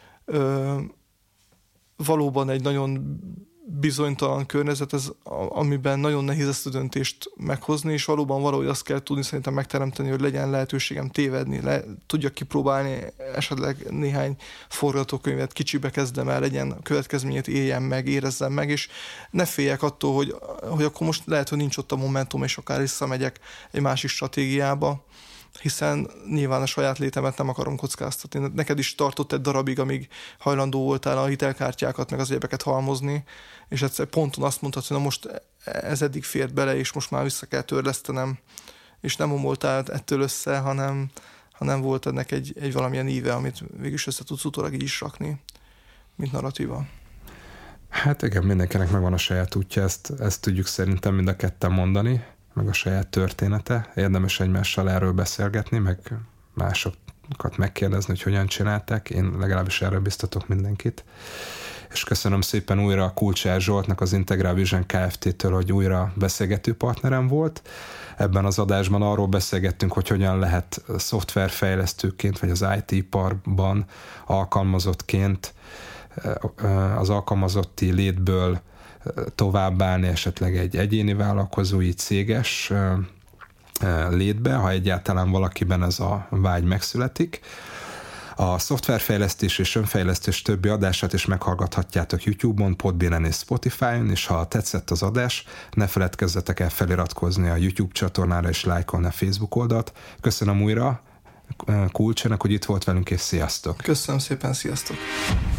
Ö, valóban egy nagyon bizonytalan környezet, ez, amiben nagyon nehéz ezt a döntést meghozni, és valóban valahogy azt kell tudni szerintem megteremteni, hogy legyen lehetőségem tévedni, le, tudjak kipróbálni esetleg néhány forgatókönyvet, kicsibe kezdem el, legyen a következményét éljem meg, érezzem meg, és ne féljek attól, hogy, hogy akkor most lehet, hogy nincs ott a momentum, és akár visszamegyek egy másik stratégiába, hiszen nyilván a saját létemet nem akarom kockáztatni. Neked is tartott egy darabig, amíg hajlandó voltál a hitelkártyákat, meg az egyebeket halmozni, és egyszer ponton azt mondtad, hogy na most ez eddig fért bele, és most már vissza kell törlesztenem, és nem omoltál ettől össze, hanem, hanem volt ennek egy, egy valamilyen íve, amit végülis össze tudsz utólag így is rakni, mint narratíva. Hát igen, mindenkinek megvan a saját útja, ezt, ezt tudjuk szerintem mind a ketten mondani, meg a saját története. Érdemes egymással erről beszélgetni, meg másokat megkérdezni, hogy hogyan csinálták. Én legalábbis erről biztatok mindenkit. És köszönöm szépen újra a Kulcsár Zsoltnak, az Integral Vision Kft-től, hogy újra beszélgető partnerem volt. Ebben az adásban arról beszélgettünk, hogy hogyan lehet szoftverfejlesztőként, vagy az i té-iparban alkalmazottként az alkalmazotti létből továbbállni esetleg egy egyéni vállalkozói céges létbe, ha egyáltalán valakiben ez a vágy megszületik. A szoftverfejlesztés és önfejlesztés többi adását is meghallgathatjátok YouTube-on, Podbeanen és Spotify-on, és ha tetszett az adás, ne feledkezzetek el feliratkozni a YouTube csatornára és lájkolni a Facebook oldalt. Köszönöm újra Kulcsának, hogy itt volt velünk, és sziasztok! Köszönöm szépen, sziasztok!